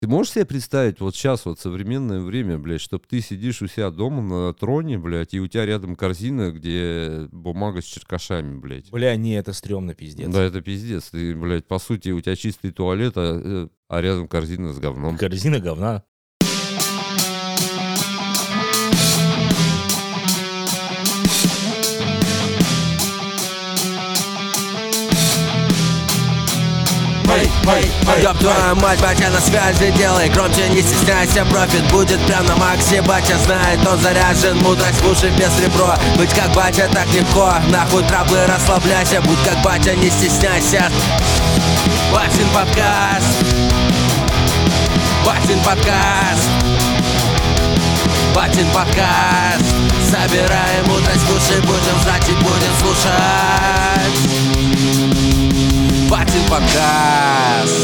Ты можешь себе представить вот сейчас, вот современное время, блядь, чтобы ты сидишь у себя дома на троне, блядь, и у тебя рядом корзина, где бумага с черкашами, блядь. Бля, не, это стрёмно, пиздец. Да, это пиздец. Ты, блядь, по сути, у тебя чистый туалет, а рядом корзина с говном. Корзина говна. Ёб твою мать, батя на связи, делай громче, не стесняйся, профит будет прям на максе. Батя знает, он заряжен, мудрость в уши без ребро. Быть как батя так легко, нахуй траблы, расслабляйся. Будь как батя, не стесняйся. Батин подкаст. Батин подкаст. Батин подкаст. Собираем мудрость в уши, будем знать и будем слушать. Батин подкаст.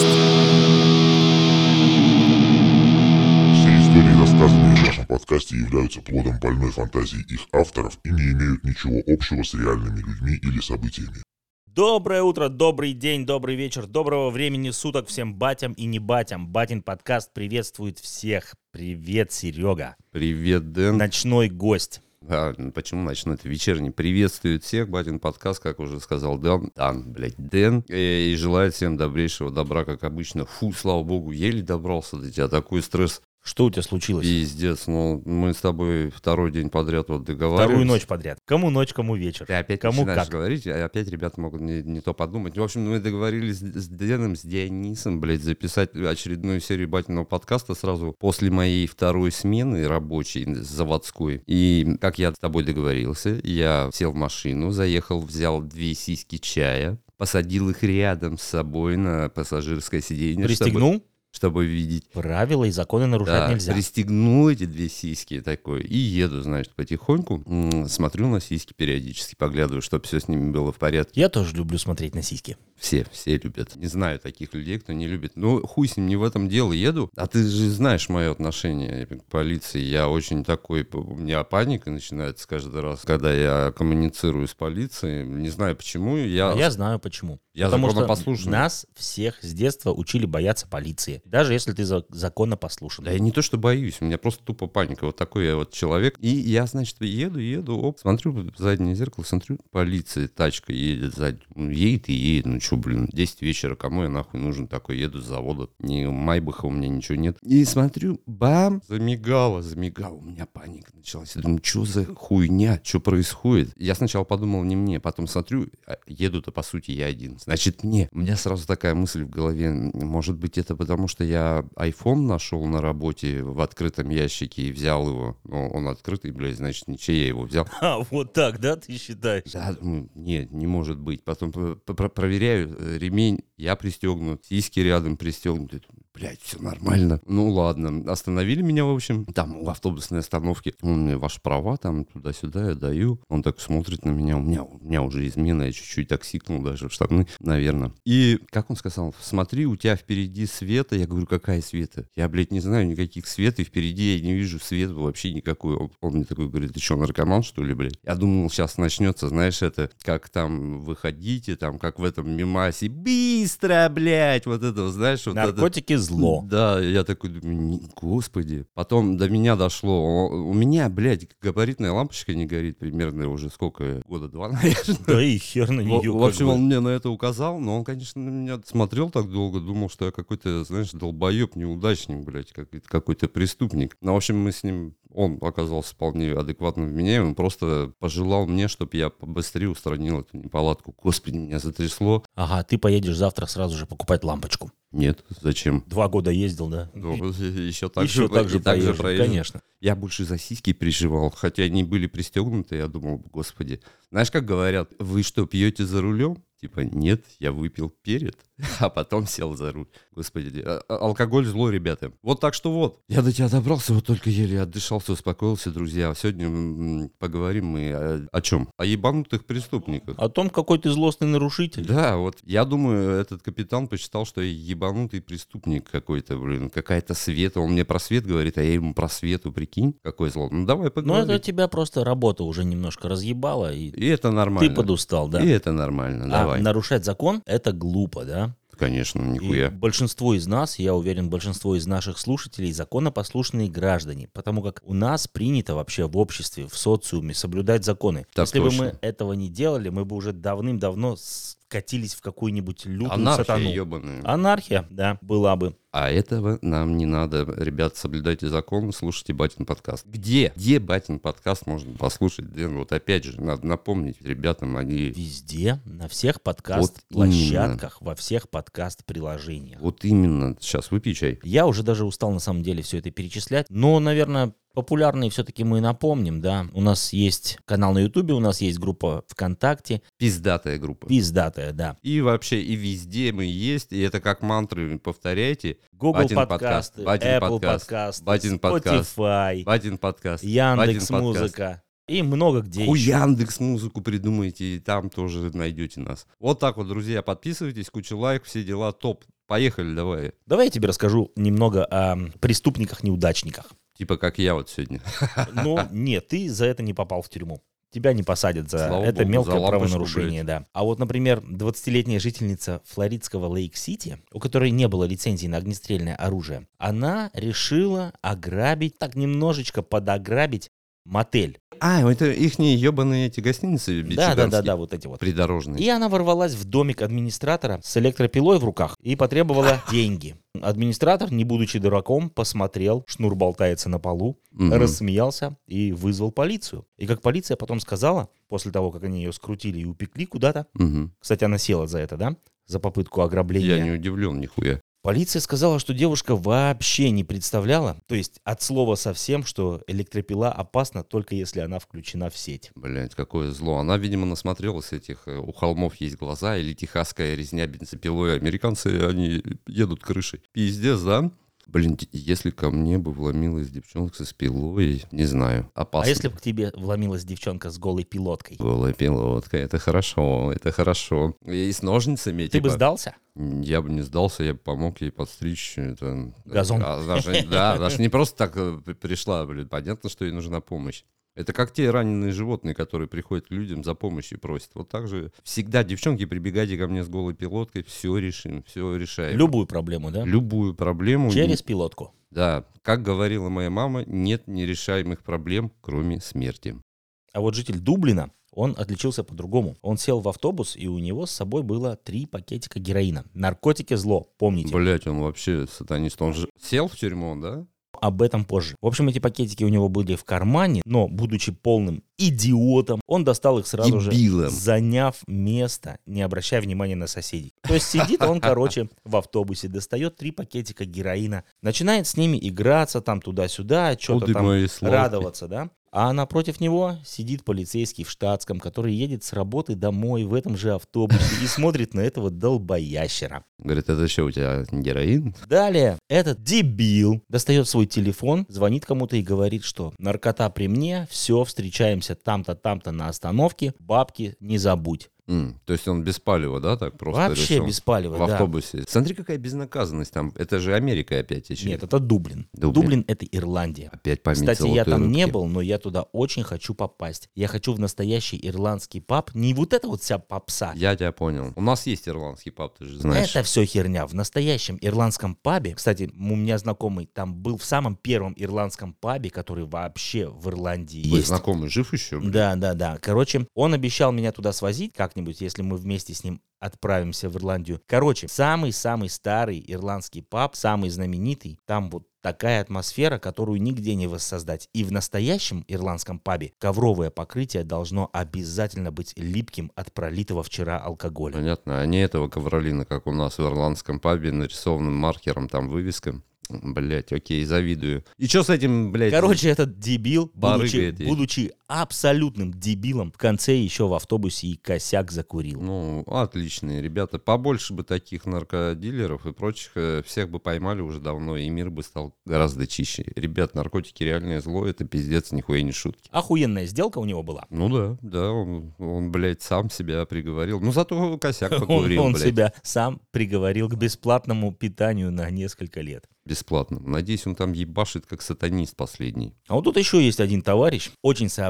Все истории, рассказанные в нашем подкасте, являются плодом больной фантазии их авторов и не имеют ничего общего с реальными людьми или событиями. Доброе утро, добрый день, добрый вечер, доброго времени суток всем батям и не батям. Батин подкаст приветствует всех. Привет, Серега. Привет, Дэн. Ночной гость. А, почему ночной? Это вечерний. Приветствует всех. Батин подкаст, как уже сказал Дэн. Дэн. И желает всем добрейшего добра, как обычно. Фу, слава богу, еле добрался до тебя. Такой стресс. Что у тебя случилось? Пиздец. Ну, мы с тобой второй день подряд вот договаривались. Вторую ночь подряд. Кому ночь, кому вечер. Ты опять кому начинаешь как. говорить, а опять ребята могут не то подумать. В общем, мы договорились с Дэном, с Дионисом, блядь, записать очередную серию батиного подкаста сразу после моей второй смены рабочей, заводской. И как я с тобой договорился, я сел в машину, заехал, взял 2 сиськи чая, посадил их рядом с собой на пассажирское сиденье. Пристегнул? Чтобы видеть. Правила и законы нарушать нельзя. Пристегнул эти 2 сиськи такой и еду, значит, потихоньку. Смотрю на сиськи периодически, поглядываю, чтобы все с ними было в порядке. Я тоже люблю смотреть на сиськи. Все любят. Не знаю таких людей, кто не любит. Ну, хуй с ним, не в этом дело, еду. А ты же знаешь мое отношение к полиции. Я очень такой... У меня паника начинается каждый раз, когда я коммуницирую с полицией. Не знаю почему. Я знаю почему. Потому что нас всех с детства учили бояться полиции. Даже если ты законопослушен. Да я не то, что боюсь, у меня просто тупо паника. Вот такой я вот человек. И я, значит, еду, оп, смотрю в заднее зеркало, смотрю, полиция, тачка едет сзади. Ну, едет и едет, ну что, блин, 10 вечера, кому я нахуй нужен такой? Еду с завода, ни майбаха у меня ничего нет. И смотрю, бам, замигало, у меня паника началась. Я думаю, что за хуйня, что происходит? Я сначала подумал, не мне, потом смотрю, еду-то, по сути, я один. Значит, мне. У меня сразу такая мысль в голове, может быть, это потому, что я iPhone нашел на работе в открытом ящике и взял его. Но он открытый, блядь, значит, ничей я его взял. А, вот так, да, ты считаешь? Да, нет, не может быть. Потом проверяю, ремень, я пристегнут, сиськи рядом пристегнуты. Блядь, все нормально. Ну ладно, остановили меня, в общем, там в автобусной остановке. Он мне, ваши права, там туда-сюда я даю. Он так смотрит на меня, у меня уже измена, я чуть-чуть так сикнул даже в штаны, наверное. И, как он сказал, смотри, у тебя впереди света. Я говорю, какая света? Я, блядь, не знаю никаких света, и впереди я не вижу света вообще никакой. Он мне такой говорит, ты что, наркоман, что ли, блядь? Я думал, сейчас начнется, знаешь, это, как там выходите, там, как в этом мемасе, быстро, блядь, вот это, знаешь, вот наркотики это... зло. Да, я такой думаю, господи. Потом до меня дошло. У меня, блядь, габаритная лампочка не горит примерно уже сколько? Года 2, наверное. Да и хер на нее. В общем, он мне на это указал, но он, конечно, на меня смотрел так долго, думал, что я какой-то, знаешь, долбоеб, неудачник, блядь, какой-то преступник. Но, в общем, мы с ним... Он оказался вполне адекватно вменяемым, просто пожелал мне, чтобы я побыстрее устранил эту неполадку. Господи, меня затрясло. Ага, ты поедешь завтра сразу же покупать лампочку. Нет, зачем? 2 года ездил, да? Ну, еще так же проезжу, конечно. Я больше за сиськи переживал, хотя они были пристегнуты, я думал, господи. Знаешь, как говорят, вы что, пьете за рулем? Типа, нет, я выпил перед, а потом сел за руль. Господи, алкоголь зло, ребята. Вот так что вот. Я до тебя добрался, вот только еле отдышался, успокоился, друзья. Сегодня поговорим мы о чем? О ебанутых преступниках. О том, какой ты злостный нарушитель. Да, вот я думаю, этот капитан посчитал, что я ебанутый преступник какой-то, блин. Какая-то Света. Он мне про свет говорит, а я ему про Свету, прикинь. Какое зло. Ну давай поговорим. Ну это тебя просто работа уже немножко разъебала. И это нормально. Ты подустал, да? И это нормально, давай. Нарушать закон — это глупо, да? Конечно, И нихуя. большинство из нас, я уверен, большинство из наших слушателей законопослушные граждане, потому как у нас принято вообще в обществе, в социуме соблюдать законы. Так Если бы точно. мы этого не делали, мы бы уже давным-давно скатились в какую-нибудь лютую Анархия сатану. ебаная. Анархия, да, была бы. А этого нам не надо. Ребят, соблюдайте закон, слушайте Батин подкаст. Где Батин подкаст можно послушать? Где? Вот опять же, надо напомнить ребятам, они... Везде, на всех подкаст-площадках, во всех подкаст-приложениях. Вот именно. Сейчас выпей чай. Я уже даже устал на самом деле все это перечислять, но, наверное, популярные все-таки мы напомним, да. У нас есть канал на Ютубе, у нас есть группа ВКонтакте. Пиздатая группа. Пиздатая, да. И вообще, и везде мы есть, и это как мантры, повторяйте. Google Батин подкасты, Батин Apple подкаст, подкасты, Батин подкаст, Spotify, Батин подкаст, Яндекс Батин подкаст. Музыка и много где Хуй еще. Яндекс музыку придумайте, и там тоже найдете нас. Вот так вот, друзья, подписывайтесь, куча лайк, все дела, топ. Поехали, давай. Давай я тебе расскажу немного о преступниках-неудачниках. Типа как я вот сегодня. Но нет, ты за это не попал в тюрьму. Тебя не посадят за Слава это богу, мелкое за лампочку, правонарушение, да. А вот, например, 20-летняя жительница флоридского Лейк-Сити, у которой не было лицензии на огнестрельное оружие, она решила ограбить, так немножечко подограбить мотель. А, это ихние ебаные эти гостиницы бичиганские, Да, вот эти вот. придорожные. И она ворвалась в домик администратора с электропилой в руках и потребовала деньги. Администратор, не будучи дураком, посмотрел, шнур болтается на полу, рассмеялся и вызвал полицию. И как полиция потом сказала, после того, как они ее скрутили и упекли куда-то, Мгм. кстати, она села за это, да? За попытку ограбления. Я не удивлен нихуя. Полиция сказала, что девушка вообще не представляла, то есть от слова совсем, что электропила опасна только если она включена в сеть. Блять, какое зло. Она, видимо, насмотрелась этих «У холмов есть глаза» или «Техасская резня бензопилой». Американцы, они едут крышей. Пиздец, да? Блин, если ко мне бы вломилась девчонка с пилой, не знаю, опасно. А если бы к тебе вломилась девчонка с голой пилоткой? Голая пилотка, это хорошо, это хорошо. И с ножницами, Ты бы сдался? Я бы не сдался, я бы помог ей подстричь. Это... Газон. Она же не просто так пришла, блин, понятно, что ей нужна помощь. Это как те раненые животные, которые приходят к людям за помощью и просят. Вот так же всегда, девчонки, прибегайте ко мне с голой пилоткой, все решим, все решаем. Любую проблему, да? Любую проблему. Через пилотку. Да, как говорила моя мама, нет нерешаемых проблем, кроме смерти. А вот житель Дублина, он отличился по-другому. Он сел в автобус, и у него с собой было 3 пакетика героина. Наркотики зло, помните. Блять, он вообще сатанист. Он же сел в тюрьму, да? Об этом позже. В общем, эти пакетики у него были в кармане, но, будучи полным идиотом, он достал их сразу Дебилом. же, заняв место, не обращая внимания на соседей. То есть сидит он, короче, в автобусе, достает 3 пакетика героина, начинает с ними играться там туда-сюда, что-то О, ты там мои сладкие. радоваться, да? А напротив него сидит полицейский в штатском, который едет с работы домой в этом же автобусе и смотрит на этого долбоящера. Говорит, это что, у тебя героин? Далее этот дебил достает свой телефон, звонит кому-то и говорит, что наркота при мне, все, встречаемся там-то, там-то на остановке, бабки не забудь. То есть он без палева, да, так просто Вообще решил? без палева, В да. автобусе. Смотри, какая безнаказанность там. Это же Америка опять еще. Нет, это Дублин. Дублин. Дублин — это Ирландия. Опять память Кстати, я золотой там не рыбки. был, но я туда очень хочу попасть. Я хочу в настоящий ирландский паб. Не вот это вот вся попса. Я тебя понял. У нас есть ирландский паб, ты же знаешь. Это все херня. В настоящем ирландском пабе, кстати, у меня знакомый там был в самом первом ирландском пабе, который вообще в Ирландии Твой есть. знакомый жив еще? блин? Да. Короче, он обещал меня туда свозить как-нибудь, если мы вместе с ним отправимся в Ирландию. Короче, самый-самый старый ирландский паб, самый знаменитый. Там вот такая атмосфера, которую нигде не воссоздать. И в настоящем ирландском пабе ковровое покрытие должно обязательно быть липким от пролитого вчера алкоголя. Понятно. А не этого ковролина, как у нас в ирландском пабе, нарисованным маркером, там вывеска. Блять, окей, завидую. И что с этим, блядь? Короче, этот дебил, Барыга эти. будучи абсолютным дебилом, в конце еще в автобусе и косяк закурил. Ну, отличные ребята. Побольше бы таких наркодилеров и прочих, всех бы поймали уже давно, и мир бы стал гораздо чище. Ребят, наркотики реальное зло, это пиздец, нихуя не шутки. Охуенная сделка у него была. Ну да, он, блядь, сам себя приговорил. Ну, зато косяк покурил, Он блядь. себя сам приговорил к бесплатному питанию на несколько лет. Бесплатно. Надеюсь, он там ебашит, как сатанист последний. А вот тут еще есть один товарищ, очень сообразительный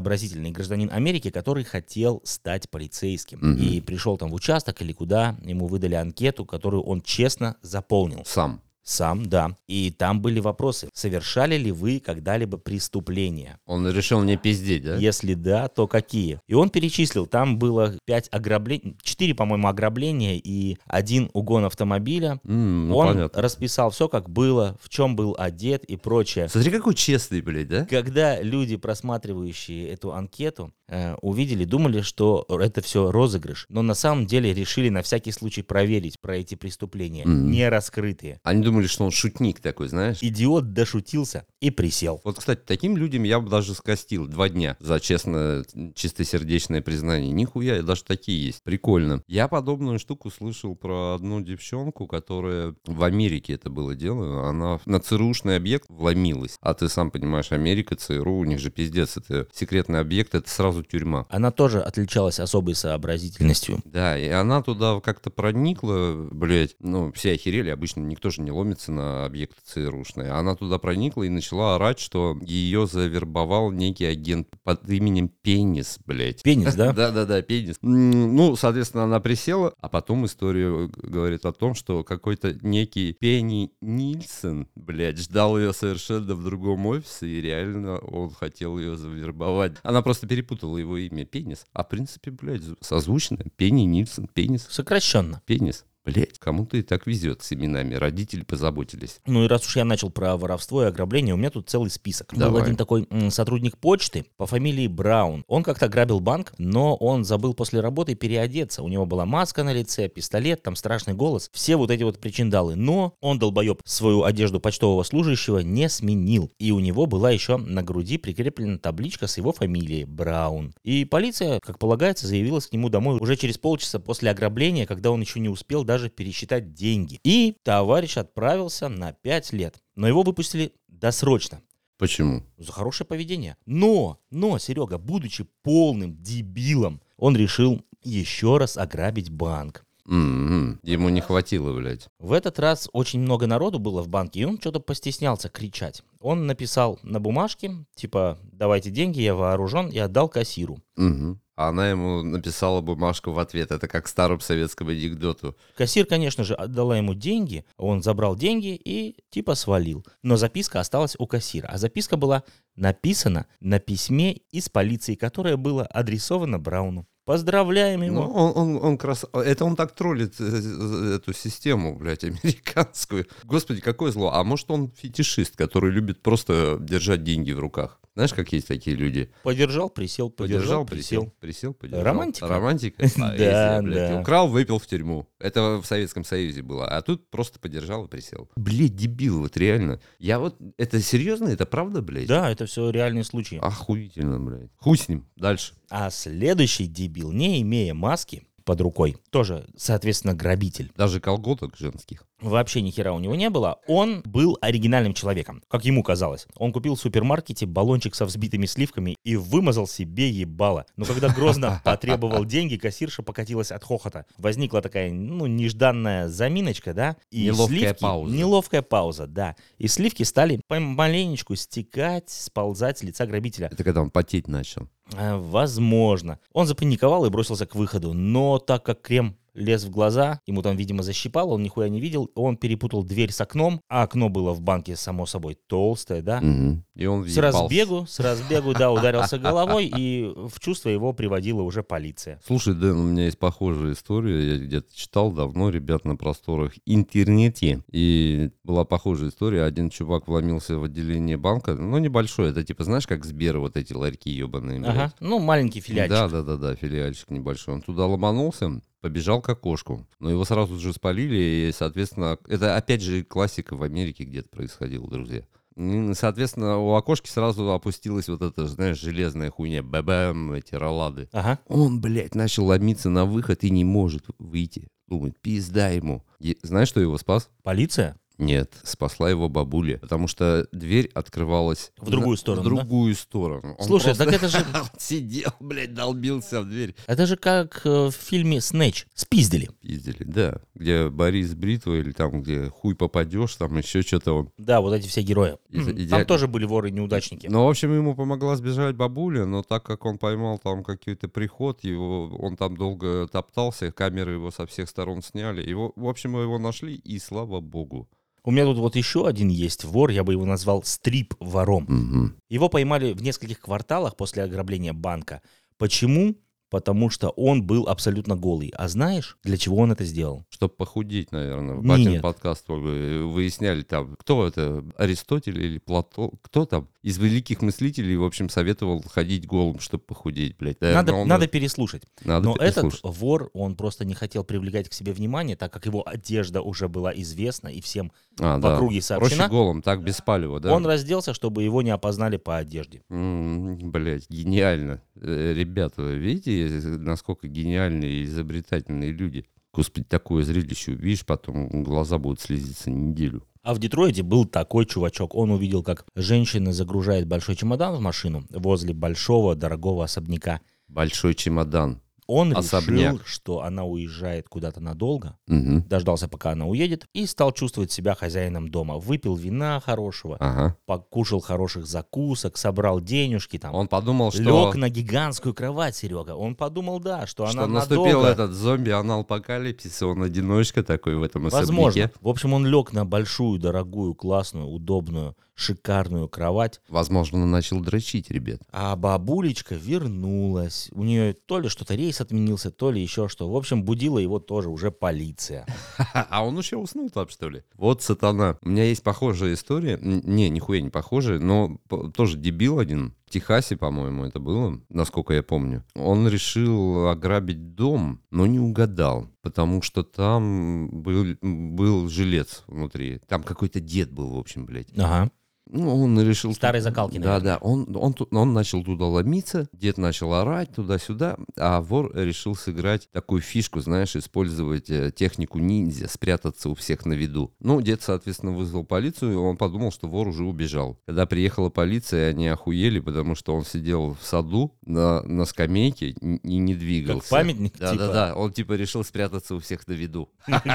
сообразительный гражданин Америки, который хотел стать полицейским. И пришел там в участок или куда, ему выдали анкету, которую он честно заполнил. Сам, да. И там были вопросы. Совершали ли вы когда-либо преступления? Он решил не пиздеть, да? Если да, то какие? И он перечислил, там было 5 ограблений, 4, по-моему, ограбления и 1 угон автомобиля. Он понятно. расписал все, как было, в чем был одет и прочее. Смотри, какой честный, блядь, да? Когда люди, просматривающие эту анкету, увидели, думали, что это все розыгрыш. Но на самом деле решили на всякий случай проверить про эти преступления, не раскрытые. Они думали, что он шутник такой, знаешь? Идиот дошутился и присел. Вот, кстати, таким людям я бы даже скостил 2 дня за чистосердечное признание. Нихуя, даже такие есть. Прикольно. Я подобную штуку слышал про одну девчонку, которая в Америке это было дело. Она на ЦРУшный объект вломилась. А ты сам понимаешь, Америка, ЦРУ, у них же пиздец. Это секретный объект, это сразу тюрьма. Она тоже отличалась особой сообразительностью. Да, и она туда как-то проникла, блядь, все охерели, обычно никто же не ломится на объекты ЦРУшные. Она туда проникла и начала орать, что ее завербовал некий агент под именем Пенис, блядь. Пенис, да? Да-да-да, Пенис. Соответственно, она присела, а потом история говорит о том, что какой-то некий Пенни Нильсон, блядь, ждал ее совершенно в другом офисе, и реально он хотел ее завербовать. Она просто перепутала его имя Пенис, а в принципе, блядь, созвучно. Пенни Нильсон, Пенис. Сокращенно. Пенис. Блять, кому-то и так везет с именами. Родители позаботились. Ну и раз уж я начал про воровство и ограбление, у меня тут целый список. Давай. Был один такой сотрудник почты по фамилии Браун. Он как-то грабил банк, но он забыл после работы переодеться. У него была маска на лице, пистолет, там страшный голос. Все вот эти вот причиндалы. Но он, долбоеб, свою одежду почтового служащего не сменил. И у него была еще на груди прикреплена табличка с его фамилией Браун. И полиция, как полагается, заявилась к нему домой уже через полчаса после ограбления, когда он еще не успел даже пересчитать деньги. И товарищ отправился на 5 лет. Но его выпустили досрочно. Почему? За хорошее поведение. Но, Серега, будучи полным дебилом, он решил еще раз ограбить банк. Ему не хватило, блядь. В этот раз очень много народу было в банке, и он что-то постеснялся кричать. Он написал на бумажке, типа, давайте деньги, я вооружен, и отдал кассиру. А она ему написала бумажку в ответ. Это как в старом советском анекдоту. Кассир, конечно же, отдала ему деньги, он забрал деньги и типа свалил. Но записка осталась у кассира. А записка была написана на письме из полиции, которое было адресовано Брауну. Поздравляем его. Это он так троллит эту систему, блядь, американскую. Господи, какое зло. А может, он фетишист, который любит просто держать деньги в руках. Знаешь, как есть такие люди? Подержал, присел, подержал, присел. Присел, подержал. Романтика. Романтика? Да, да. Украл, выпил в тюрьму. Это в Советском Союзе было. А тут просто подержал и присел. Блядь, дебил, вот реально. Это серьезно? Это правда, блядь? Да, это все реальные случаи. Охуительно, блядь. Хуй с ним. Дальше. А следующий дебил, не имея маски под рукой, тоже, соответственно, грабитель. Даже колготок женских. Вообще ни хера у него не было. Он был оригинальным человеком, как ему казалось. Он купил в супермаркете баллончик со взбитыми сливками и вымазал себе ебало. Но когда грозно потребовал деньги, кассирша покатилась от хохота. Возникла такая, нежданная заминочка, да? И неловкая пауза. Неловкая пауза, да. И сливки стали помаленечку стекать, сползать с лица грабителя. Это когда он потеть начал. Возможно. Он запаниковал и бросился к выходу. Но так как крем лез в глаза, ему там, видимо, защипало, он нихуя не видел, он перепутал дверь с окном, а окно было в банке, само собой, толстое, да? И он с разбегу, да, ударился головой, и в чувство его приводила уже полиция. Слушай, Дэн, у меня есть похожая история, я где-то читал давно, ребят, на просторах интернете, и была похожая история, один чувак вломился в отделение банка, небольшое, это типа, знаешь, как Сбер, вот эти ларьки ебаные, блядь. Ага, маленький филиальчик. Да, филиальчик небольшой, он туда ломанулся, побежал к окошку. Но его сразу же спалили, и, соответственно, это опять же классика в Америке где-то происходила, друзья. И, соответственно, у окошки сразу опустилась вот эта, знаешь, железная хуйня, бэбэм, эти роллады. Ага. Он, блядь, начал ломиться на выход и не может выйти. Думает, пизда ему. И знаешь, что его спас? Полиция? Нет, спасла его бабуля, потому что дверь открывалась В другую сторону, В да? другую сторону. Он Слушай, просто так это же... сидел, блядь, долбился в дверь. Это же как в фильме «Снэч». Спиздили. Пиздили, да. Где Борис Бритва или там, где хуй попадешь, там еще что-то он. Да, вот эти все герои. Там Идеально. тоже были воры-неудачники. Ну, в общем, ему помогла сбежать бабуля, но так как он поймал там какой-то приход, он там долго топтался, камеры его со всех сторон сняли. Его, в общем, его нашли, и слава богу. У меня тут вот еще один есть вор, я бы его назвал стрип-вором. Угу. Его поймали в нескольких кварталах после ограбления банка. Почему? Потому что он был абсолютно голый. А знаешь, для чего он это сделал? Чтобы похудеть, наверное. В Нет. Батин подкаст выясняли там, кто это, Аристотель или Платон, кто там из великих мыслителей, в общем, советовал ходить голым, чтобы похудеть, блядь. Надо переслушать. Надо Но переслушать. этот вор, он просто не хотел привлекать к себе внимание, так как его одежда уже была известна и всем в Да. округе сообщена. Проще голым, так без палева, да? Он разделся, чтобы его не опознали по одежде. Блядь, гениально. Ребята, видите, насколько гениальные и изобретательные люди. Господи, такое зрелище увидишь, потом глаза будут слезиться неделю. А в Детройте был такой чувачок. Он увидел, как женщина загружает большой чемодан в машину возле большого дорогого особняка. Большой чемодан. Он Особняк. решил, что она уезжает куда-то надолго, Угу. дождался, пока она уедет, и стал чувствовать себя хозяином дома. Выпил вина хорошего, Ага. покушал хороших закусок, собрал денежки там. Он подумал, что... Лег на гигантскую кровать, Серега. Он подумал, да, что Что она наступил надолго. этот зомби-анал-апокалипсис, он одиночка такой в этом Возможно. особняке. В общем, он лег на большую, дорогую, классную, удобную, шикарную кровать. Возможно, он начал дрочить, ребят. А бабулечка вернулась. У нее то ли что-то рейс отменился, то ли еще что. В общем, будила его тоже уже полиция. А он еще уснул там, что ли? Вот сатана. У меня есть похожая история. Не, нихуя не похожая, но тоже дебил один. В Техасе, по-моему, это было, насколько я помню. Он решил ограбить дом, но не угадал, потому что там был жилец внутри. Там какой-то дед был, в общем, блядь. Ага. Ну, он решил... Старой закалки, Да, он начал туда ломиться, дед начал орать туда-сюда, а вор решил сыграть такую фишку, знаешь, использовать технику ниндзя, спрятаться у всех на виду. Ну, дед, соответственно, вызвал полицию, и он подумал, что вор уже убежал. Когда приехала полиция, они охуели, потому что он сидел в саду на скамейке и не двигался. Как памятник, типа. Да, он типа решил спрятаться у всех на виду.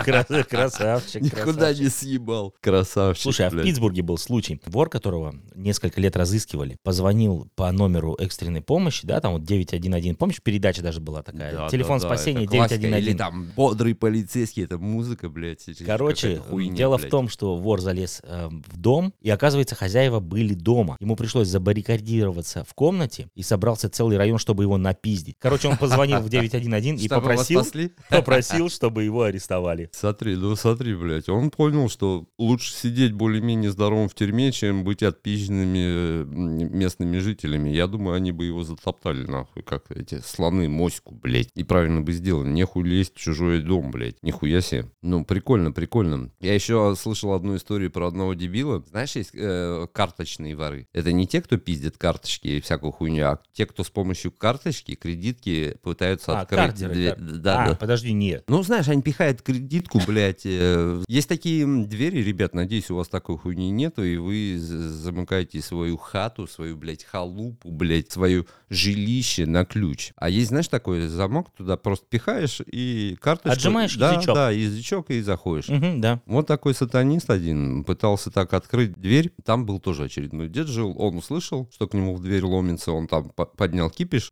Красавчик, Никуда красавчик. не съебал. Красавчик. Слушай, а в блядь. Питтсбурге был случай. Вор, которого несколько лет разыскивали, позвонил по номеру экстренной помощи, да, там вот 911. Помнишь, передача даже была такая? Да, Телефон да, спасения это классика. 911. Или там бодрый полицейский, это музыка, блядь. Короче, какая-то хуйня, дело блядь. в том, что вор залез в дом, и оказывается, хозяева были дома. Ему пришлось забаррикадироваться в комнате, и собрался целый район, чтобы его напиздить. Короче, он позвонил в 911 и Чтобы вас попросил, чтобы его арестовали. Смотри, блядь, он понял, что лучше сидеть более-менее здоровым в тюрьме, чем быть отпизженными местными жителями. Я думаю, они бы его затоптали, нахуй, как эти слоны моську, блядь. И правильно бы сделали. Нехуй лезть в чужой дом, блядь. Нихуя себе. Ну, прикольно. Я еще слышал одну историю про одного дебила. Знаешь, есть карточные воры. Это не те, кто пиздит карточки и всякую хуйню, а те, кто с помощью карточки, кредитки пытаются открыть. Кардеры. Да. Подожди, нет. Ну, знаешь, они пихают кредитку, блядь. Есть такие двери, ребят, надеюсь, у вас такой хуйни нету, и вы замыкаете свою хату, свою, блядь, халупу, блядь, свое жилище на ключ. А есть, знаешь, такой замок, туда просто пихаешь и карточку... Отжимаешь язычок. Да, язычок и заходишь. Мгм, да. Вот такой сатанист один пытался так открыть дверь. Там был тоже очередной дед жил. Он услышал, что к нему в дверь ломится. Он там поднял кипиш.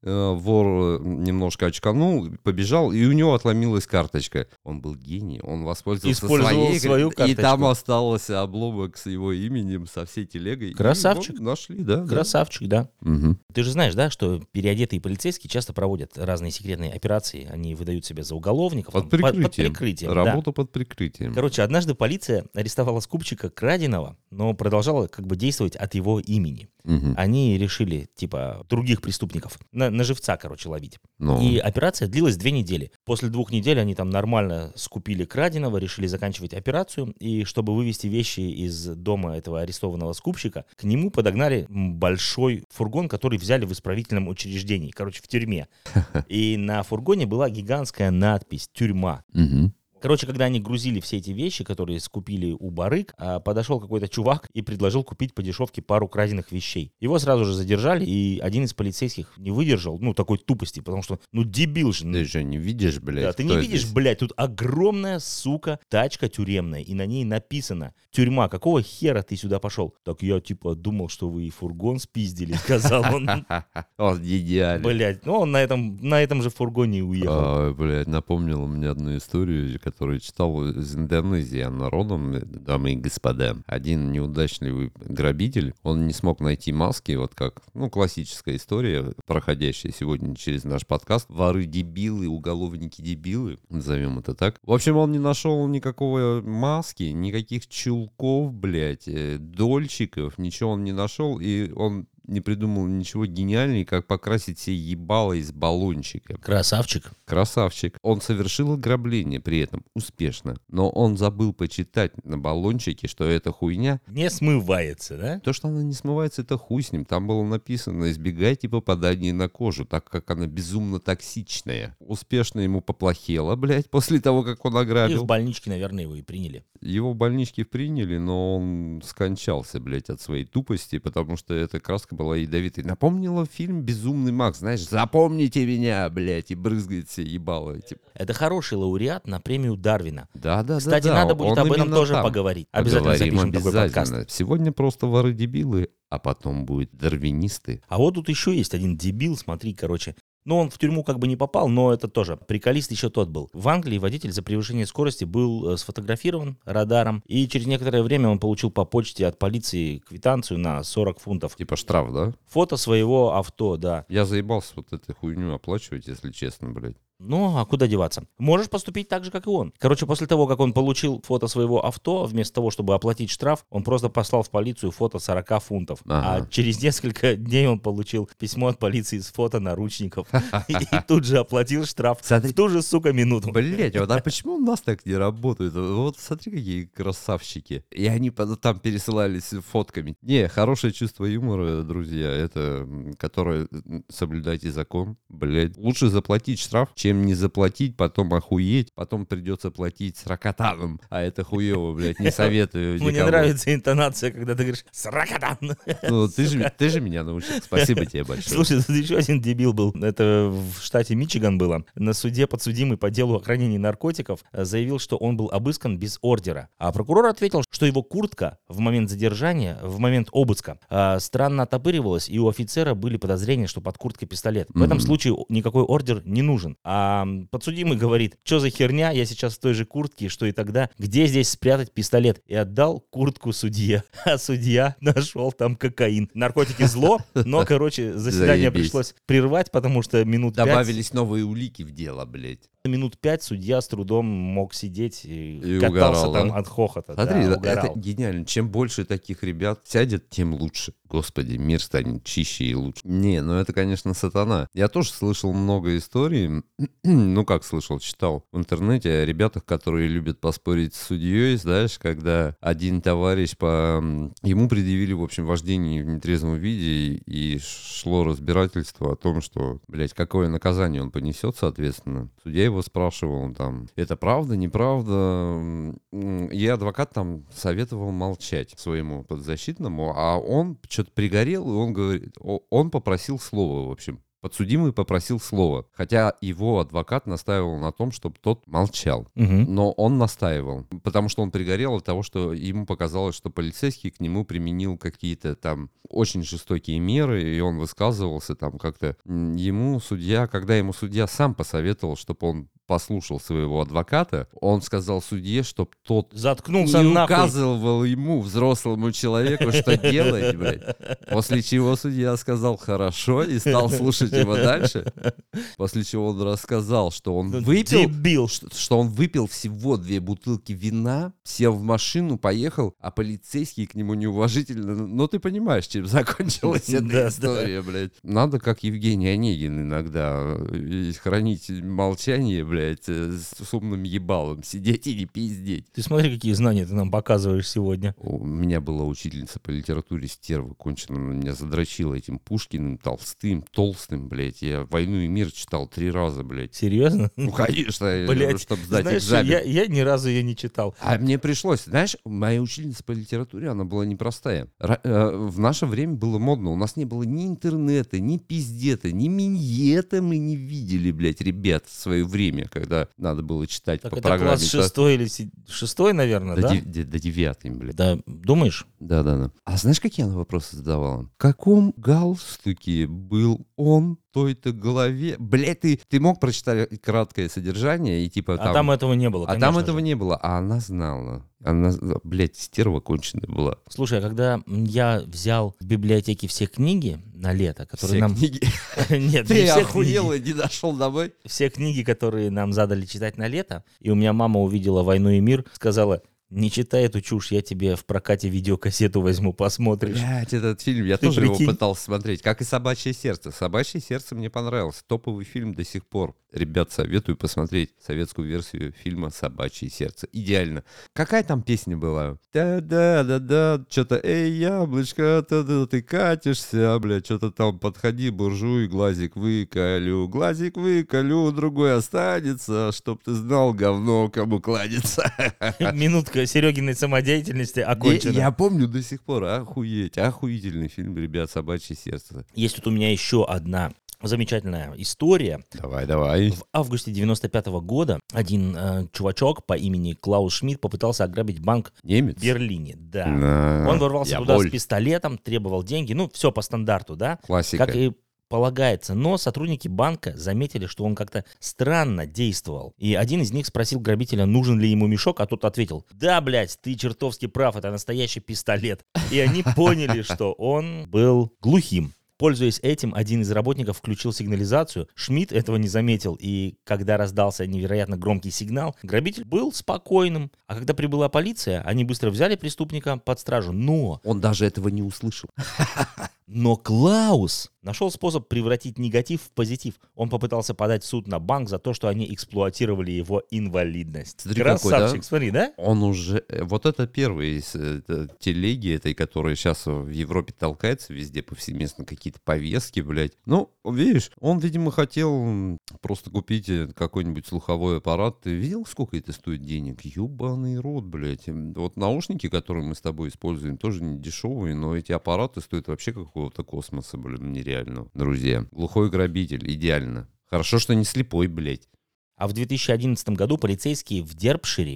Вор немножко очканул, побежал, и у него отломилась карточка. Он был гений. Он воспользовался Использовал свою и карточку. там остался обломок с его именем, со всей телегой. И Красавчик. его нашли, да. Красавчик, да. Мгм. Ты же знаешь, да, что переодетые полицейские часто проводят разные секретные операции. Они выдают себя за уголовников. Под там, прикрытием. прикрытием, да. Работа под прикрытием. Короче, однажды полиция арестовала скупщика краденого, но продолжала как бы действовать от его имени. Мгм. Они решили, типа, других преступников на живца, короче, ловить. Ну. И операция длилась 2 недели. После 2 недель они там нормально скупили краденого, решили заканчивать операцию. И чтобы вывести вещи из дома этого арестованного скупщика, к нему подогнали большой фургон, который взяли в исправительном учреждении, короче, в тюрьме. И на фургоне была гигантская надпись «Тюрьма». Мгм. Короче, когда они грузили все эти вещи, которые скупили у барыг, подошел какой-то чувак и предложил купить по дешевке пару краденых вещей. Его сразу же задержали, и один из полицейских не выдержал, такой тупости, потому что, дебил же. Ты же не видишь, блядь. Да, ты не видишь, здесь? блядь, тут огромная, сука, тачка тюремная, и на ней написано: тюрьма, какого хера ты сюда пошел? Так я, думал, что вы и фургон спиздили, сказал он. Он идеален. Блядь, он на этом же фургоне и уехал. Блядь, напомнил мне одну историю, которую читал из Индонезии, она родом, дамы и господа. Один неудачливый грабитель, он не смог найти маски, вот как, классическая история, проходящая сегодня через наш подкаст. Воры-дебилы, уголовники-дебилы, назовем это так. В общем, он не нашел никакого маски, никаких чулков, блядь, дольчиков, ничего он не нашел, и он не придумал ничего гениальнее, как покрасить себе ебало из баллончика. Красавчик. Красавчик. Он совершил ограбление при этом успешно, но он забыл почитать на баллончике, что эта хуйня... Не смывается, да? То, что она не смывается, это хуй с ним. Там было написано: избегайте попадания на кожу, так как она безумно токсичная. Успешно ему поплохело, блядь, после того, как он И ограбил. в больничке, наверное, его и приняли. Его в больничке приняли, но он скончался, блядь, от своей тупости, потому что эта краска была ядовитой. Напомнила фильм «Безумный Макс». Знаешь, запомните меня, блядь, и брызгает себе ебало. Это хороший лауреат на премию Дарвина. Да. Кстати, надо будет об этом тоже поговорить. Обязательно Поговорим, запишем такой подкаст. Сегодня просто воры-дебилы, а потом будет дарвинисты. А вот тут еще есть один дебил, смотри, короче. Он в тюрьму как бы не попал, но это тоже приколист еще тот был. В Англии водитель за превышение скорости был сфотографирован радаром, и через некоторое время он получил по почте от полиции квитанцию на 40 фунтов. Типа штраф, да? Фото своего авто, да. Я заебался вот этой хуйню оплачивать, если честно, блядь. А куда деваться? Можешь поступить так же, как и он. Короче, после того, как он получил фото своего авто, вместо того, чтобы оплатить штраф, он просто послал в полицию фото 40 фунтов. Ага. А через несколько дней он получил письмо от полиции с фото наручников. И тут же оплатил штраф в ту же, сука, минуту. Блять, а почему у нас так не работает? Вот смотри, какие красавчики. И они там пересылались фотками. Не, хорошее чувство юмора, друзья, это которое соблюдайте закон. Блять, лучше заплатить штраф, чем не заплатить, потом охуеть, потом придется платить с ракотаном. А это хуево, блядь, не советую никому. Мне нравится интонация, когда ты говоришь «сракотан». Ты же меня научил. Спасибо тебе большое. Слушай, тут еще один дебил был. Это в штате Мичиган было. На суде подсудимый по делу о хранении наркотиков заявил, что он был обыскан без ордера. А прокурор ответил, что его куртка в момент задержания, в момент обыска, странно оттопыривалась, и у офицера были подозрения, что под курткой пистолет. В этом случае никакой ордер не нужен. А подсудимый говорит: что за херня, я сейчас в той же куртке, что и тогда, где здесь спрятать пистолет? И отдал куртку судье. А судья нашел там кокаин. Наркотики зло, но, заседание Заебись. пришлось прервать, потому что минут 5... Добавились новые улики в дело, блядь. Минут 5 судья с трудом мог сидеть и угорал, катался там да? от хохота. Смотри, да, это угорал. гениально. Чем больше таких ребят сядет, тем лучше. Господи, мир станет чище и лучше. Не, это, конечно, сатана. Я тоже слышал много историй, как слышал, читал в интернете о ребятах, которые любят поспорить с судьей, знаешь, когда один товарищ ему предъявили, в общем, вождение в нетрезвом виде, и шло разбирательство о том, что, блядь, какое наказание он понесет, соответственно. Судья его спрашивал, это правда, неправда? И адвокат советовал молчать своему подзащитному, а он что-то пригорел, и он говорит, он попросил слова, в общем. Подсудимый попросил слова, хотя его адвокат настаивал на том, чтобы тот молчал. Но он настаивал, потому что он пригорел от того, что ему показалось, что полицейский к нему применил какие-то очень жестокие меры, и он высказывался как-то. Когда ему судья сам посоветовал, чтобы он послушал своего адвоката, он сказал судье, чтобы тот заткнулся не нахуй. указывал ему, взрослому человеку, что делать, блядь. После чего судья сказал «хорошо» и стал слушать его дальше. После чего он рассказал, что он выпил, что он выпил всего 2 бутылки вина, сел в машину, поехал, а полицейский к нему неуважительно. Ты понимаешь, чем закончилась эта история, блядь. Надо, как Евгений Онегин, иногда хранить молчание, блядь, блядь, с умным ебалом сидеть и не пиздеть. Ты смотри, какие знания ты нам показываешь сегодня. У меня была учительница по литературе стерва кончена, она меня задрочила этим Пушкиным, толстым, блядь. Я «Войну и мир» читал 3 раза, блядь. Серьезно? Ну, конечно, Блядь, чтобы сдать знаешь, экзамен. я ни разу ее не читал. А мне пришлось, знаешь, моя учительница по литературе, она была непростая. В наше время было модно, у нас не было ни интернета, ни пиздета, ни миньета мы не видели, блядь, ребят, в свое время, когда надо было читать Так по это программе. класс 6 или 6, наверное, да? До 9, блядь. Да, думаешь? Да. А знаешь, какие она вопросы задавала? В каком галстуке был он в той-то голове? Блядь, ты мог прочитать краткое содержание и типа А там этого не было, А там этого не было, а она знала. Она, блядь, стерва конченая была. Слушай, а когда я взял в библиотеке все книги на лето, которые Все нам... книги. Нет, не Ты все охуел книги. и не дошел домой? Все книги, которые нам задали читать на лето, и у меня мама увидела «Войну и мир», сказала: не читай эту чушь, я тебе в прокате видеокассету возьму, посмотришь. Блядь, этот фильм, я Ты тоже прикинь? его пытался смотреть, как и «Собачье сердце». «Собачье сердце» мне понравился, топовый фильм до сих пор. Ребят, советую посмотреть советскую версию фильма «Собачье сердце». Идеально. Какая там песня была? Да-да-да-да, что-то, эй, яблочко, ты катишься, блядь, что-то там, подходи, буржуй, глазик выколю, другой останется, чтоб ты знал, говно кому кладется. Минутка Серегиной самодеятельности окончена. Я помню до сих пор, охуительный фильм, ребят, «Собачье сердце». Есть тут у меня еще одна замечательная история. Давай. В августе 95-го года один чувачок по имени Клаус Шмидт попытался ограбить банк Немец? в Берлине. Да. Да. Он ворвался туда Яволь. с пистолетом, требовал деньги. Ну, все по стандарту, да? Классика. Как и полагается. Но сотрудники банка заметили, что он как-то странно действовал. И один из них спросил грабителя, нужен ли ему мешок, а тот ответил: да, блядь, ты чертовски прав, это настоящий пистолет. И они поняли, что он был глухим. Пользуясь этим, один из работников включил сигнализацию. Шмидт этого не заметил, и когда раздался невероятно громкий сигнал, грабитель был спокойным. А когда прибыла полиция, они быстро взяли преступника под стражу. Он даже этого не услышал. Но Клаус нашел способ превратить негатив в позитив. Он попытался подать в суд на банк за то, что они эксплуатировали его инвалидность. Смотри, какой, Красавчик, да? смотри, да? Он уже... Вот это первый из телеги этой, которая сейчас в Европе толкается везде, повсеместно какие-то повестки, блядь. Ну, видишь, он, видимо, хотел просто купить какой-нибудь слуховой аппарат. Ты видел, сколько это стоит денег? Ёбаный рот, блядь. Вот наушники, которые мы с тобой используем, тоже не дешевые, но эти аппараты стоят вообще какого-то космоса, блин, нереально. Друзья, глухой грабитель, идеально. Хорошо, что не слепой, блядь. А в 2011 году полицейские в Дербшире,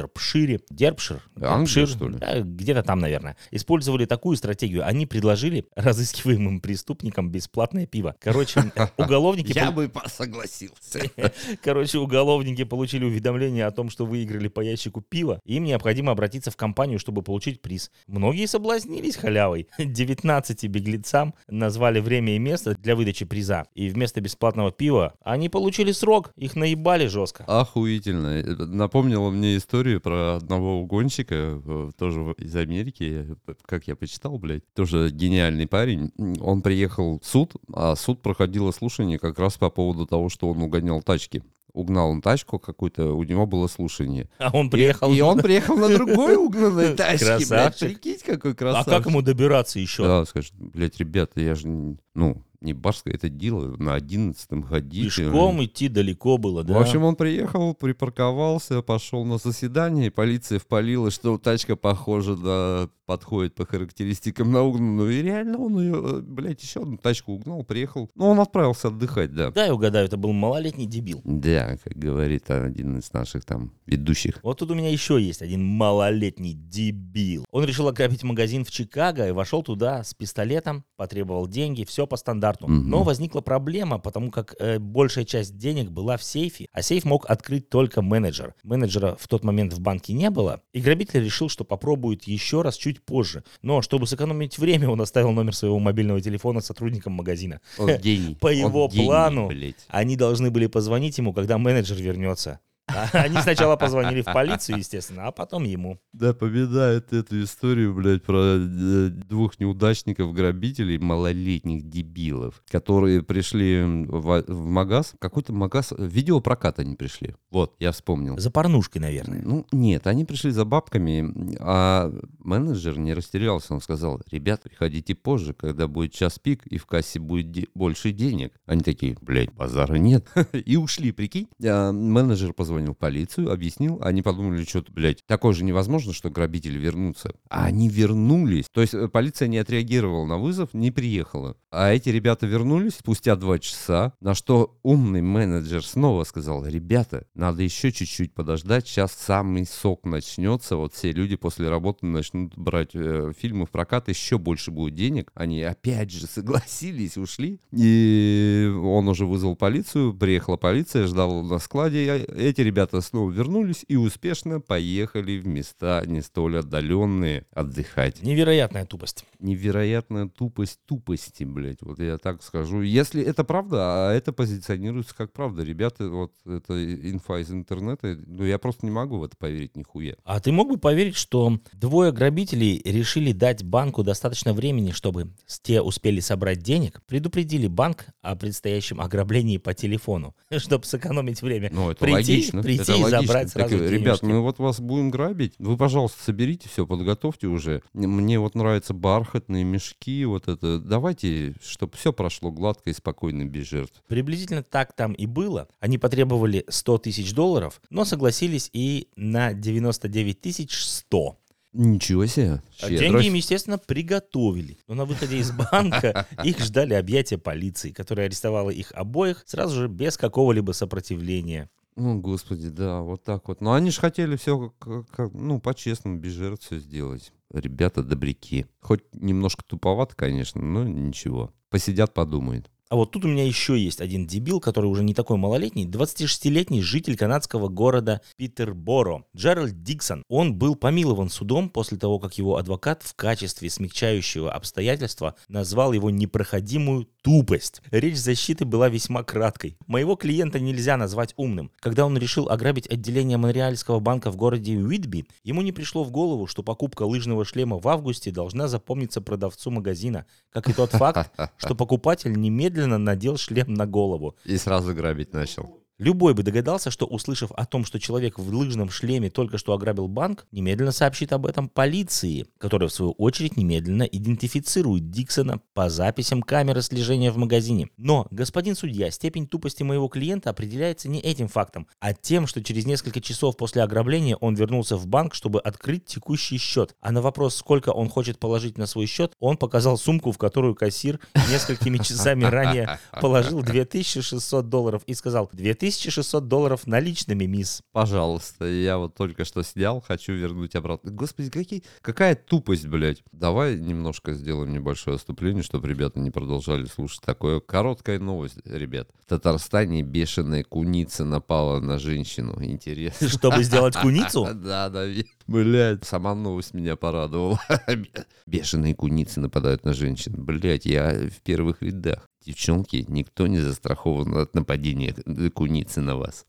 Дербшир, Англия, что ли? где-то там, наверное, использовали такую стратегию. Они предложили разыскиваемым преступникам бесплатное пиво. Короче, уголовники... Я бы согласился. Короче, уголовники получили уведомление о том, что выиграли по ящику пива, и им необходимо обратиться в компанию, чтобы получить приз. Многие соблазнились халявой. 19 беглецам назвали время и место для выдачи приза. И вместо бесплатного пива они получили срок. Их наебали жестко. Охуительно. Напомнило мне историю про одного угонщика, тоже из Америки, как я почитал, блядь. Тоже гениальный парень. Он приехал в суд, а суд проходило слушание как раз по поводу того, что он угонял тачки. Угнал он тачку какую-то, у него было слушание. А он приехал... И он приехал на другой угнанной тачке, блядь. Красавчик. Прикинь, какой А красавчик. как ему добираться еще? Да, скажет, блядь, ребята, я же, не барское это дело, на 11-м ходить. Пешком идти далеко было, да? В общем, он приехал, припарковался, пошел на заседание, полиция впалила, что тачка, похоже, подходит по характеристикам на угнанную. И реально он ее, блядь, еще одну тачку угнал, приехал. Ну, он отправился отдыхать, да. Да, я угадаю, это был малолетний дебил. Да, как говорит один из наших там ведущих. Вот тут у меня еще есть один малолетний дебил. Он решил ограбить магазин в Чикаго и вошел туда с пистолетом, потребовал деньги, все по стандарту. Но возникла проблема, потому как большая часть денег была в сейфе, а сейф мог открыть только менеджер. Менеджера в тот момент в банке не было, и грабитель решил, что попробует еще раз чуть позже. Но чтобы сэкономить время, он оставил номер своего мобильного телефона сотрудникам магазина. Он гений. По его Он гений, плану блядь. они должны были позвонить ему, когда менеджер вернется. Они сначала позвонили в полицию, естественно, а потом ему. Напоминает эту историю, блядь, про двух неудачников-грабителей, малолетних дебилов, которые пришли в магаз, какой-то магаз, видеопрокат они пришли. Вот, я вспомнил. За порнушкой, наверное. Ну, нет, они пришли за бабками, а менеджер не растерялся, он сказал: ребят, приходите позже, когда будет час пик и в кассе будет больше денег. Они такие: блядь, базара нет. И ушли, прикинь. Менеджер позвонил в полицию, объяснил, они подумали, что-то, блядь, такое же невозможно, что грабители вернутся. А они вернулись. То есть полиция не отреагировала на вызов, не приехала. А эти ребята вернулись спустя 2 часа, на что умный менеджер снова сказал: ребята, надо еще чуть-чуть подождать, сейчас самый сок начнется, вот все люди после работы начнут брать фильмы в прокат, еще больше будет денег. Они опять же согласились, ушли, и он уже вызвал полицию, приехала полиция, ждала на складе, эти ребята снова вернулись и успешно поехали в места не столь отдаленные отдыхать. Невероятная тупость. Невероятная тупость тупости, блядь, вот я так скажу. Если это правда, а это позиционируется как правда, ребята, вот это инфа из интернета, ну я просто не могу в это поверить нихуя. А ты мог бы поверить, что 2 грабителей решили дать банку достаточно времени, чтобы те успели собрать денег, предупредили банк о предстоящем ограблении по телефону, чтобы сэкономить время. Ну, это прийти логично. Прийти это и логично. забрать сразу Так, ребят, денежки. мы вот вас будем грабить. Вы, пожалуйста, соберите все, подготовьте уже. Мне вот нравятся бархатные мешки, вот это. Давайте, чтобы все прошло гладко и спокойно, без жертв. Приблизительно так там и было. Они потребовали $100 тысяч, но согласились и на 99 100. Ничего себе. Деньги им, естественно, приготовили. Но на выходе из банка их ждали объятия полиции, которая арестовала их обоих сразу же без какого-либо сопротивления. Ну, господи, да, вот так вот. Но они же хотели все, ну, по-честному, без жертв все сделать. Ребята добряки. Хоть немножко туповато, конечно, но ничего. Посидят, подумают. А вот тут у меня еще есть один дебил, который уже не такой малолетний, 26-летний житель канадского города Питерборо, Джеральд Диксон. Он был помилован судом после того, как его адвокат в качестве смягчающего обстоятельства назвал его непроходимую тупость. Речь защиты была весьма краткой. Моего клиента нельзя назвать умным. Когда он решил ограбить отделение Монреальского банка в городе Уитби, ему не пришло в голову, что покупка лыжного шлема в августе должна запомниться продавцу магазина, как и тот факт, что покупатель немедленно надел шлем на голову. И сразу грабить начал. Любой бы догадался, что, услышав о том, что человек в лыжном шлеме только что ограбил банк, немедленно сообщит об этом полиции, которая, в свою очередь, немедленно идентифицирует Диксона по записям камеры слежения в магазине. Но, господин судья, степень тупости моего клиента определяется не этим фактом, а тем, что через несколько часов после ограбления он вернулся в банк, чтобы открыть текущий счет. А на вопрос, сколько он хочет положить на свой счет, он показал сумку, в которую кассир несколькими часами ранее положил $2600 и сказал: $2600 наличными, мисс. Пожалуйста, я вот только что снял, хочу вернуть обратно. Господи, какая тупость, блядь. Давай немножко сделаем небольшое отступление, чтобы ребята не продолжали слушать такое. Короткая новость, ребят. В Татарстане бешеная куница напала на женщину. Интересно. Чтобы сделать куницу? Да, блядь, сама новость меня порадовала. Бешеные куницы нападают на женщин. Блядь, я в первых рядах. Девчонки, никто не застрахован от нападения куницы на вас.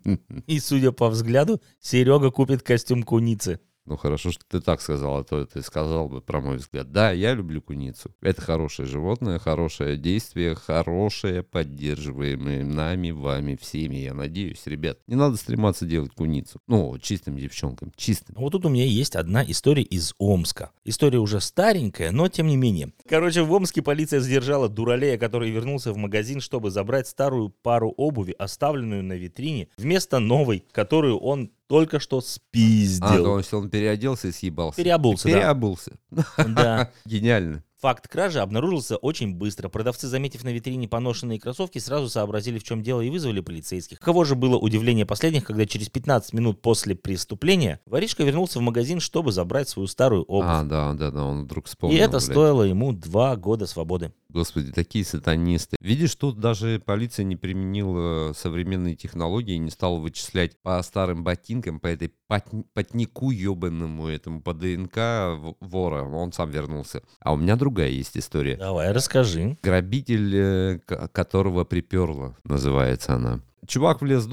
И, судя по взгляду, Серега купит костюм куницы. Ну, хорошо, что ты так сказал, а то ты сказал бы, про мой взгляд. Да, я люблю куницу. Это хорошее животное, хорошее действие, хорошее, поддерживаемое нами, вами, всеми, я надеюсь. Ребят, не надо стрематься делать куницу. Ну, чистым девчонкам, чистым. Вот тут у меня есть одна история из Омска. История уже старенькая, но тем не менее. Короче, в Омске полиция задержала дуралея, который вернулся в магазин, чтобы забрать старую пару обуви, оставленную на витрине, вместо новой, которую он только что спиздил. То есть он переоделся и съебался. Переобулся, да. Переобулся. Да. Гениально. Факт кражи обнаружился очень быстро. Продавцы, заметив на витрине поношенные кроссовки, сразу сообразили, в чем дело, и вызвали полицейских. Каково же было удивление последних, когда через 15 минут после преступления воришка вернулся в магазин, чтобы забрать свою старую обувь. Да, он вдруг вспомнил. И это блядь. стоило ему 2 года свободы. Господи, такие сатанисты. Видишь, тут даже полиция не применила современные технологии и не стала вычислять по старым ботинкам, по этой потнику ебаному этому, по ДНК вора. Он сам вернулся. А у меня другая есть история. Давай, расскажи. Грабитель, которого приперло, называется она. Чувак влез в дом,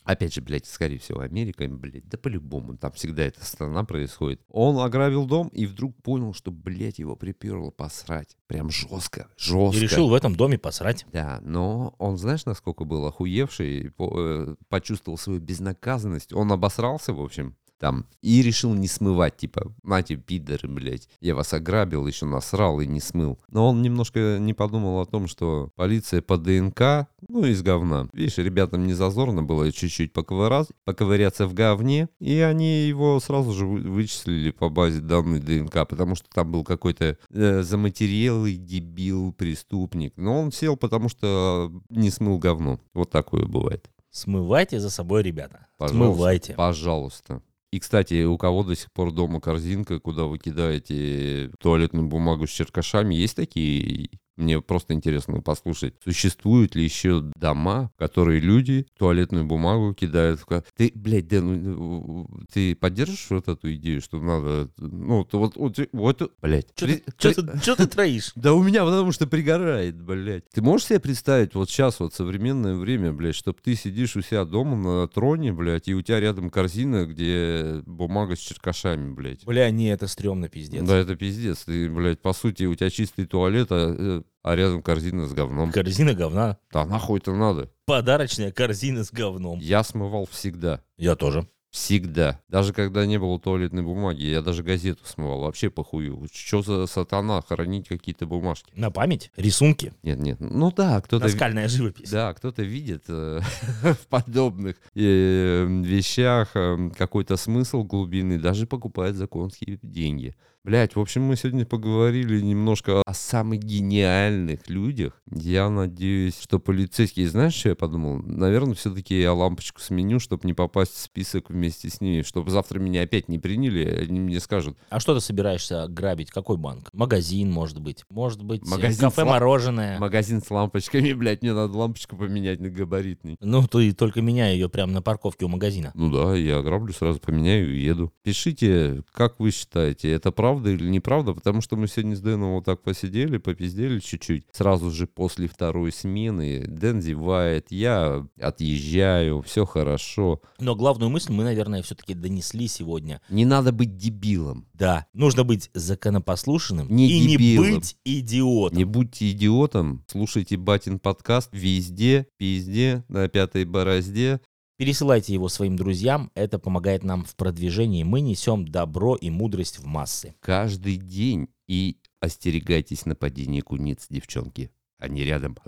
опять же, блядь, скорее всего, Америка, блядь, да по-любому, там всегда эта страна происходит. Он ограбил дом и вдруг понял, что, блядь, его приперло посрать. Прям жестко. И решил в этом доме посрать. Да, но он, знаешь, насколько был охуевший, почувствовал свою безнаказанность. Он обосрался, в общем, там, и решил не смывать, типа, мать, пидоры, блядь, я вас ограбил, еще насрал и не смыл. Но он немножко не подумал о том, что полиция по ДНК, ну, из говна. Видишь, ребятам не зазорно было чуть-чуть поковыряться в говне, и они его сразу же вычислили по базе данных ДНК, потому что там был какой-то заматерелый дебил, преступник. Но он сел, потому что не смыл говно. Вот такое бывает. Смывайте за собой, ребята. Пожалуйста, Смывайте. Пожалуйста. И, кстати, у кого до сих пор дома корзинка, куда вы кидаете туалетную бумагу с черкашами, есть такие? Мне просто интересно послушать, существуют ли еще дома, в которые люди туалетную бумагу кидают в... Ты, блядь, Дэн, ты поддержишь вот эту идею, что надо... Ну, вот блядь. Че ты троишь? Да у меня потому что пригорает, блядь. Ты можешь себе представить вот сейчас, вот современное время, блядь, чтобы ты сидишь у себя дома на троне, блядь, и у тебя рядом корзина, где бумага с черкашами, блядь. Бля, не, это стрёмно, пиздец. Да, это пиздец. Ты, блядь, по сути, у тебя чистый туалет, а рядом корзина с говном. Корзина говна. Да нахуй это надо? Подарочная корзина с говном. Я смывал всегда. Я тоже. Всегда. Даже когда не было туалетной бумаги, я даже газету смывал. Вообще похую. Что за сатана хранить какие-то бумажки? На память? Рисунки? Нет. Ну да, кто-то... Наскальная живопись. Да, кто-то видит в подобных вещах какой-то смысл глубины, даже покупает за конские деньги. Блять, в общем, мы сегодня поговорили немножко о самых гениальных людях. Я надеюсь, что полицейские... Знаешь, что я подумал? Наверное, все-таки я лампочку сменю, чтобы не попасть в список вместе с ними, чтобы завтра меня опять не приняли, они мне скажут... А что ты собираешься грабить? Какой банк? Магазин, может быть? Может быть, Магазин кафе-мороженое? Магазин с лампочками, блядь, мне надо лампочку поменять на габаритный. Ну, ты только меняй ее прямо на парковке у магазина. Ну да, я ограблю, сразу поменяю и еду. Пишите, как вы считаете, это правда или неправда, потому что мы сегодня с Дэном вот так посидели, попиздели чуть-чуть. Сразу же после второй смены Дэн зевает, я отъезжаю, все хорошо. Но главную мысль мы, наверное, все-таки донесли сегодня. Не надо быть дебилом. Да, нужно быть законопослушным Не и дебилом. не быть идиотом. Не будьте идиотом, слушайте батин подкаст везде, пизде, на пятой борозде. Пересылайте его своим друзьям, это помогает нам в продвижении. Мы несем добро и мудрость в массы. Каждый день и остерегайтесь нападения куниц, девчонки. Они рядом.